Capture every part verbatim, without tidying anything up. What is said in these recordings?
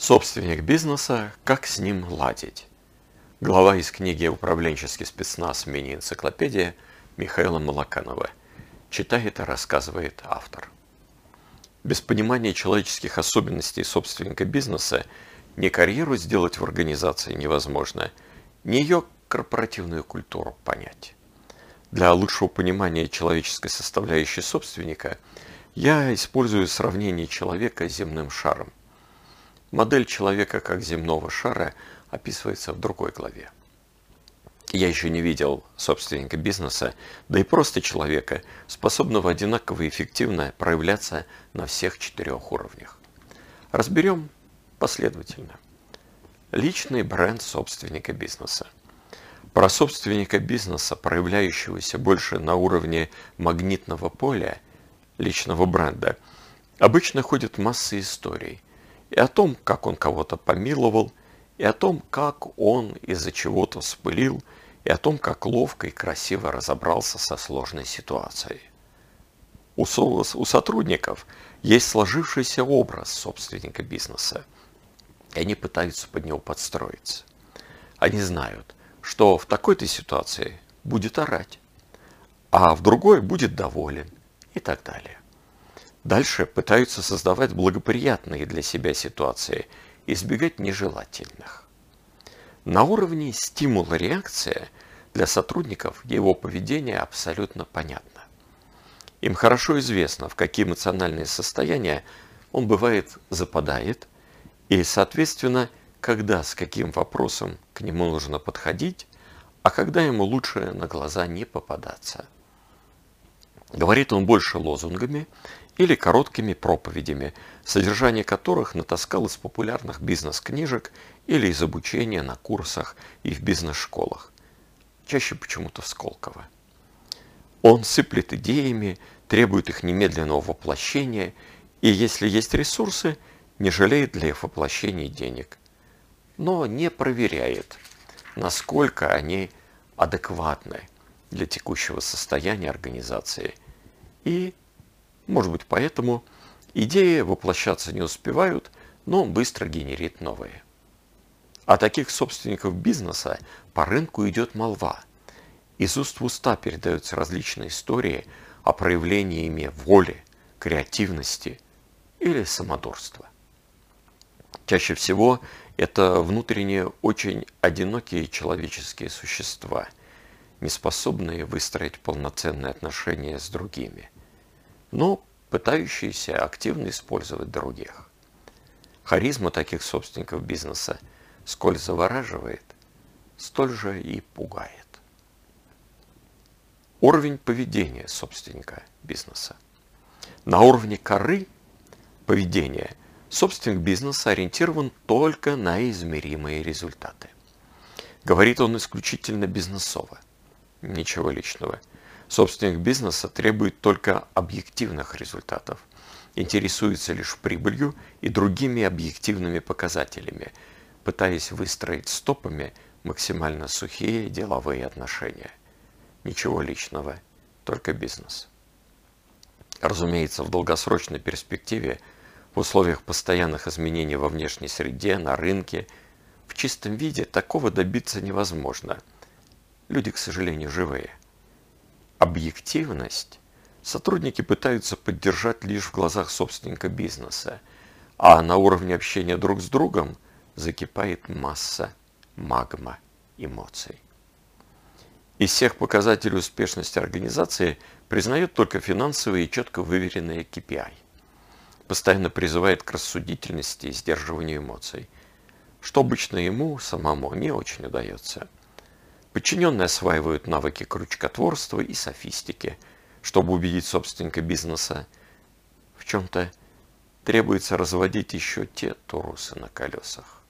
Собственник бизнеса, как с ним ладить? Глава из книги «Управленческий спецназ. Мини-энциклопедия» Михаила Малаканова. Читает и рассказывает автор. Без понимания человеческих особенностей собственника бизнеса ни карьеру сделать в организации невозможно, ни ее корпоративную культуру понять. Для лучшего понимания человеческой составляющей собственника я использую сравнение человека с земным шаром. Модель человека как земного шара описывается в другой главе. Я еще не видел собственника бизнеса, да и просто человека, способного одинаково эффективно проявляться на всех четырех уровнях. Разберем последовательно. Личный бренд собственника бизнеса. Про собственника бизнеса, проявляющегося больше на уровне магнитного поля личного бренда, обычно ходит масса историй. И о том, как он кого-то помиловал, и о том, как он из-за чего-то вспылил, и о том, как ловко и красиво разобрался со сложной ситуацией. У, у сотрудников есть сложившийся образ собственника бизнеса, и они пытаются под него подстроиться. Они знают, что в такой-то ситуации будет орать, а в другой будет доволен и так далее. Дальше пытаются создавать благоприятные для себя ситуации, избегать нежелательных. На уровне стимула-реакция для сотрудников его поведение абсолютно понятно. Им хорошо известно, в какие эмоциональные состояния он бывает западает, и, соответственно, когда с каким вопросом к нему нужно подходить, а когда ему лучше на глаза не попадаться. Говорит он больше лозунгами или короткими проповедями, содержание которых натаскал из популярных бизнес-книжек или из обучения на курсах и в бизнес-школах. Чаще почему-то в Сколково. Он сыплет идеями, требует их немедленного воплощения, и если есть ресурсы, не жалеет для их воплощения денег. Но не проверяет, насколько они адекватны для текущего состояния организации. И, может быть, поэтому идеи воплощаться не успевают, но он быстро генерит новые. О таких собственников бизнеса по рынку идет молва. Из уст в уста передаются различные истории о проявлении ими воли, креативности или самодурства. Чаще всего это внутренне очень одинокие человеческие существа, не способные выстроить полноценные отношения с другими, но пытающиеся активно использовать других. Харизма таких собственников бизнеса сколь завораживает, столь же и пугает. Уровень поведения собственника бизнеса. На уровне коры поведения собственник бизнеса ориентирован только на измеримые результаты. Говорит он исключительно бизнесово. Ничего личного. Собственник бизнеса требует только объективных результатов, интересуется лишь прибылью и другими объективными показателями, пытаясь выстроить стопами максимально сухие деловые отношения. Ничего личного, только бизнес. Разумеется, в долгосрочной перспективе, в условиях постоянных изменений во внешней среде, на рынке, в чистом виде такого добиться невозможно. Люди, к сожалению, живые. Объективность сотрудники пытаются поддержать лишь в глазах собственника бизнеса, а на уровне общения друг с другом закипает масса, магма эмоций. Из всех показателей успешности организации признает только финансовые и четко выверенные кей пи ай. Постоянно призывает к рассудительности и сдерживанию эмоций, что обычно ему самому не очень удается. Подчиненные осваивают навыки крючкотворства и софистики, чтобы убедить собственника бизнеса в чем-то, требуется разводить еще те турусы на колесах.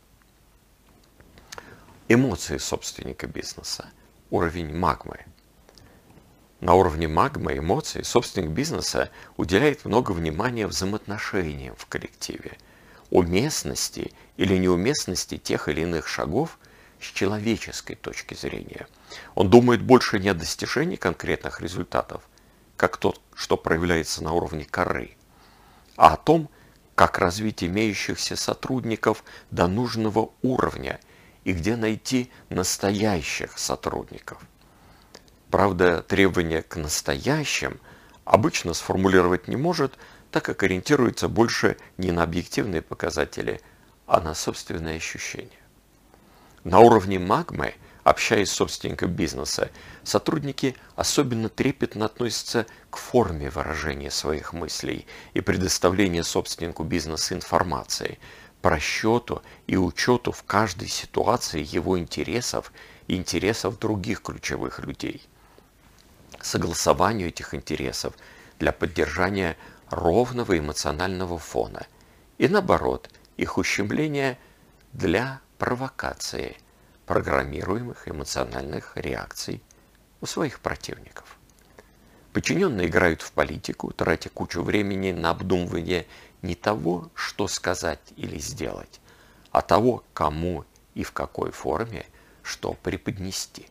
Эмоции собственника бизнеса. Уровень магмы. На уровне магмы эмоций собственник бизнеса уделяет много внимания взаимоотношениям в коллективе, уместности или неуместности тех или иных шагов с человеческой точки зрения. Он думает больше не о достижении конкретных результатов, как то, что проявляется на уровне коры, а о том, как развить имеющихся сотрудников до нужного уровня и где найти настоящих сотрудников. Правда, требования к настоящим обычно сформулировать не может, так как ориентируется больше не на объективные показатели, а на собственные ощущения. На уровне магмы, общаясь с собственником бизнеса, сотрудники особенно трепетно относятся к форме выражения своих мыслей и предоставления собственнику бизнеса информации, по расчету и учету в каждой ситуации его интересов и интересов других ключевых людей, согласованию этих интересов для поддержания ровного эмоционального фона и, наоборот, их ущемления для провокации программируемых эмоциональных реакций у своих противников. Подчиненные играют в политику, тратя кучу времени на обдумывание не того, что сказать или сделать, а того, кому и в какой форме что преподнести.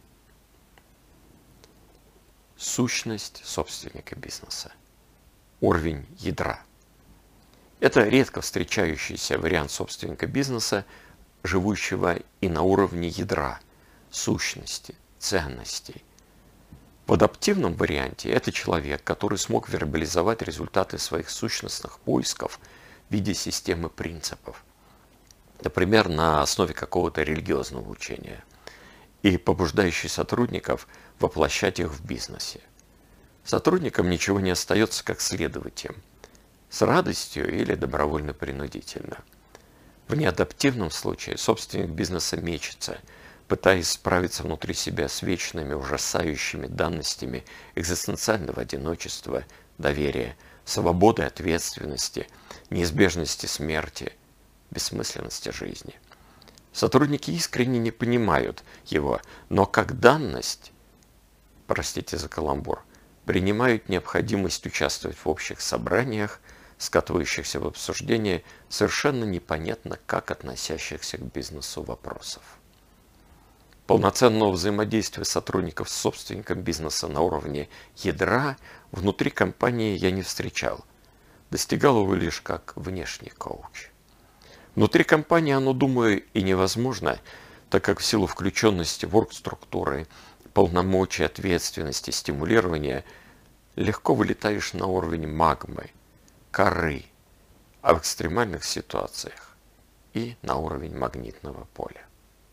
Сущность собственника бизнеса. Уровень ядра. Это редко встречающийся вариант собственника бизнеса, живущего и на уровне ядра, сущности, ценностей. В адаптивном варианте это человек, который смог вербализовать результаты своих сущностных поисков в виде системы принципов, например, на основе какого-то религиозного учения, и побуждающий сотрудников воплощать их в бизнесе. Сотрудникам ничего не остается, как следовать им, с радостью или добровольно-принудительно. В неадаптивном случае собственник бизнеса мечется, пытаясь справиться внутри себя с вечными ужасающими данностями экзистенциального одиночества, доверия, свободы, ответственности, неизбежности смерти, бессмысленности жизни. Сотрудники искренне не понимают его, но как данность, простите за каламбур, принимают необходимость участвовать в общих собраниях, скатывающихся в обсуждение совершенно непонятно как относящихся к бизнесу вопросов. Полноценного взаимодействия сотрудников с собственником бизнеса на уровне ядра внутри компании я не встречал. Достигал его лишь как внешний коуч. Внутри компании оно, думаю, и невозможно, так как в силу включенности в оргструктуры, полномочий, ответственности, стимулирования легко вылетаешь на уровень магмы, коры, а в экстремальных ситуациях и на уровень магнитного поля.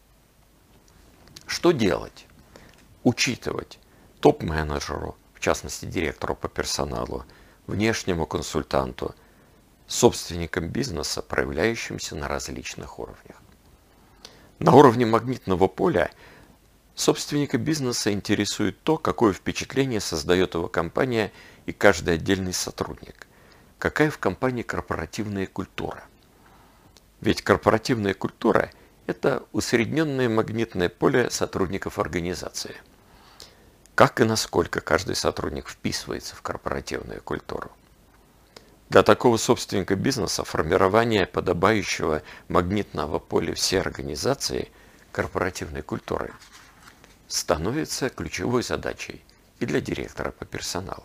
Что делать? Учитывать топ-менеджеру, в частности директору по персоналу, внешнему консультанту, собственникам бизнеса, проявляющимся на различных уровнях. На уровне магнитного поля собственника бизнеса интересует то, какое впечатление создает его компания и каждый отдельный сотрудник. Какая в компании корпоративная культура? Ведь корпоративная культура – это усредненное магнитное поле сотрудников организации. Как и насколько каждый сотрудник вписывается в корпоративную культуру. Для такого собственника бизнеса формирование подобающего магнитного поля всей организации корпоративной культуры становится ключевой задачей и для директора по персоналу.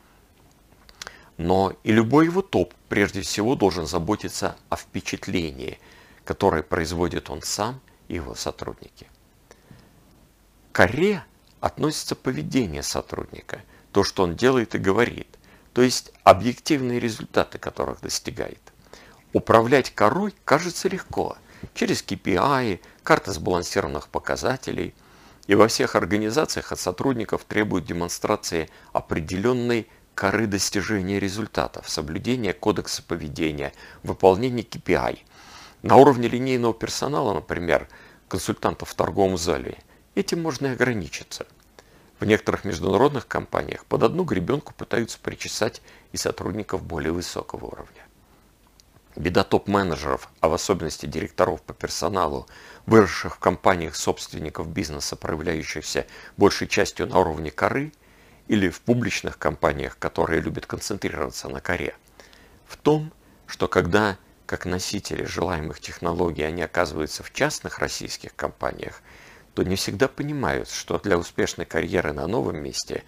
Но и любой его топ прежде всего должен заботиться о впечатлении, которое производит он сам и его сотрудники. К коре относится поведение сотрудника, то, что он делает и говорит, то есть объективные результаты, которых достигает. Управлять корой кажется легко, через кей пи ай, карты сбалансированных показателей, и во всех организациях от сотрудников требуют демонстрации определенной коры достижения результатов, соблюдения кодекса поведения, выполнения кей пи ай. На уровне линейного персонала, например, консультантов в торговом зале, этим можно и ограничиться. В некоторых международных компаниях под одну гребенку пытаются причесать и сотрудников более высокого уровня. Беда топ-менеджеров, а в особенности директоров по персоналу, выросших в компаниях собственников бизнеса, проявляющихся большей частью на уровне коры, или в публичных компаниях, которые любят концентрироваться на коре, в том, что когда, как носители желаемых технологий, они оказываются в частных российских компаниях, то не всегда понимают, что для успешной карьеры на новом месте в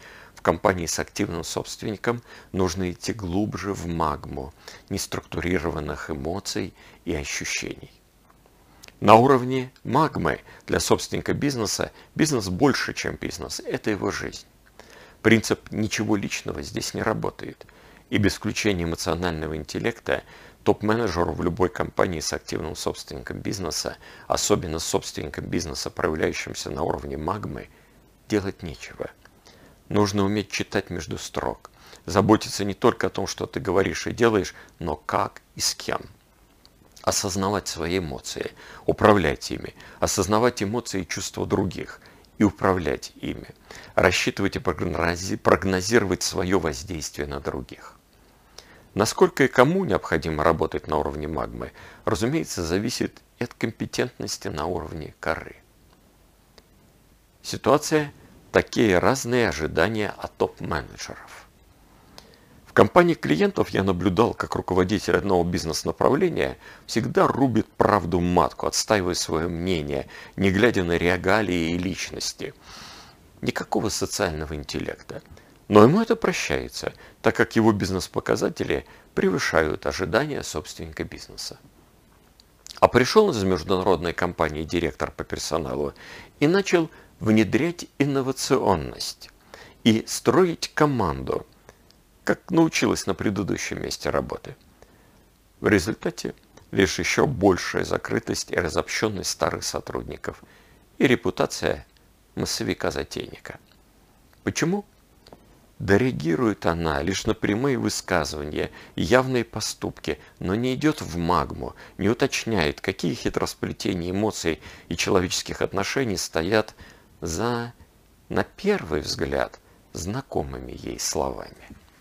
компании с активным собственником нужно идти глубже в магму неструктурированных эмоций и ощущений. На уровне магмы для собственника бизнеса бизнес больше, чем бизнес. Это его жизнь. Принцип «ничего личного» здесь не работает. И без включения эмоционального интеллекта топ-менеджеру в любой компании с активным собственником бизнеса, особенно собственником бизнеса, проявляющимся на уровне магмы, делать нечего. Нужно уметь читать между строк. Заботиться не только о том, что ты говоришь и делаешь, но как и с кем. Осознавать свои эмоции, управлять ими, осознавать эмоции и чувства других и управлять ими, рассчитывать и прогнозировать свое воздействие на других. Насколько и кому необходимо работать на уровне магмы, разумеется, зависит и от компетентности на уровне коры. Ситуация – такие разные ожидания от топ-менеджеров. В компании клиентов я наблюдал, как руководитель одного бизнес-направления всегда рубит правду матку, отстаивая свое мнение, не глядя на регалии и личности. Никакого социального интеллекта. Но ему это прощается, так как его бизнес-показатели превышают ожидания собственника бизнеса. А пришел из международной компании директор по персоналу и начал внедрять инновационность и строить команду, как научилась на предыдущем месте работы. В результате лишь еще большая закрытость и разобщенность старых сотрудников и репутация массовика-затейника. Почему? Да реагирует она лишь на прямые высказывания и явные поступки, но не идет в магму, не уточняет, какие хитросплетения эмоций и человеческих отношений стоят за, на первый взгляд, знакомыми ей словами.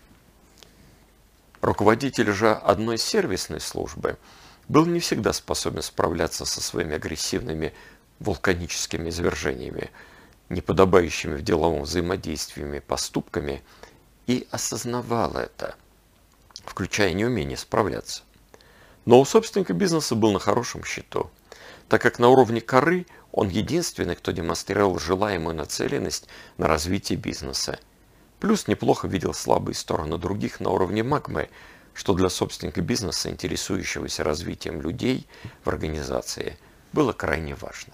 Руководитель же одной сервисной службы был не всегда способен справляться со своими агрессивными вулканическими извержениями, неподобающими в деловом взаимодействии поступками, и осознавал это, включая неумение справляться. Но у собственника бизнеса был на хорошем счету, так как на уровне коры он единственный, кто демонстрировал желаемую нацеленность на развитие бизнеса. Плюс неплохо видел слабые стороны других на уровне магмы, что для собственника бизнеса, интересующегося развитием людей в организации, было крайне важно.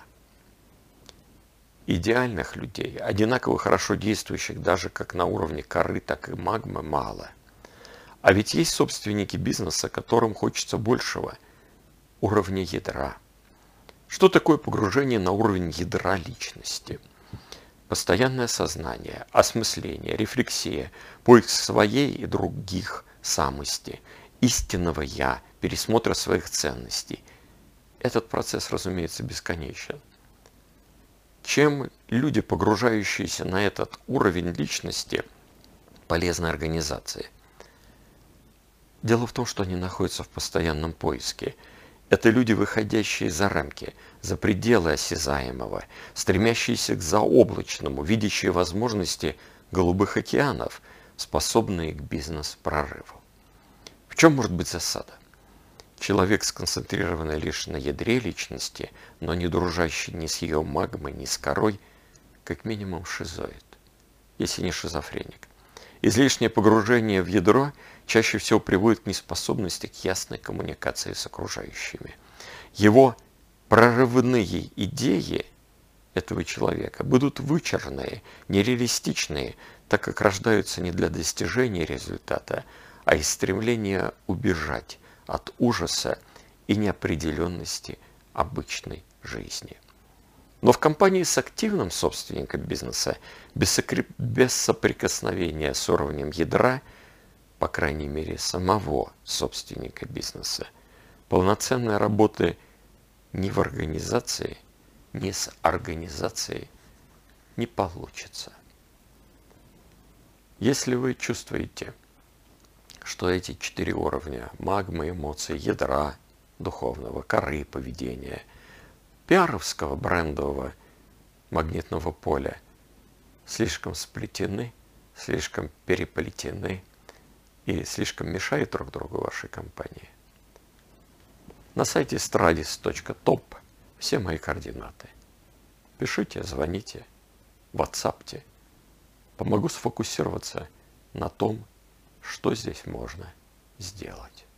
Идеальных людей, одинаково хорошо действующих даже как на уровне коры, так и магмы, мало. А ведь есть собственники бизнеса, которым хочется большего – уровня ядра. Что такое погружение на уровень ядра личности? Постоянное сознание, осмысление, рефлексия, поиск своей и других самости, истинного «я», пересмотра своих ценностей. Этот процесс, разумеется, бесконечен. Чем люди, погружающиеся на этот уровень личности, полезны организации? Дело в том, что они находятся в постоянном поиске. Это люди, выходящие за рамки, за пределы осязаемого, стремящиеся к заоблачному, видящие возможности голубых океанов, способные к бизнес-прорыву. В чем может быть засада? Человек, сконцентрированный лишь на ядре личности, но не дружащий ни с ее магмой, ни с корой, как минимум шизоид, если не шизофреник. Излишнее погружение в ядро чаще всего приводит к неспособности к ясной коммуникации с окружающими. Его прорывные идеи этого человека будут вычурные, нереалистичные, так как рождаются не для достижения результата, а из стремления убежать от ужаса и неопределенности обычной жизни. Но в компании с активным собственником бизнеса, без, сокреп... без соприкосновения с уровнем ядра, по крайней мере самого собственника бизнеса, полноценной работы ни в организации, ни с организацией не получится. Если вы чувствуете, что эти четыре уровня – магмы, эмоции, ядра, духовного, коры, поведения, пиаровского, брендового, магнитного поля – слишком сплетены, слишком переплетены и слишком мешают друг другу вашей компании. На сайте страдис точка топ все мои координаты. Пишите, звоните, ватсапьте. помогу сфокусироваться на том, что здесь можно сделать.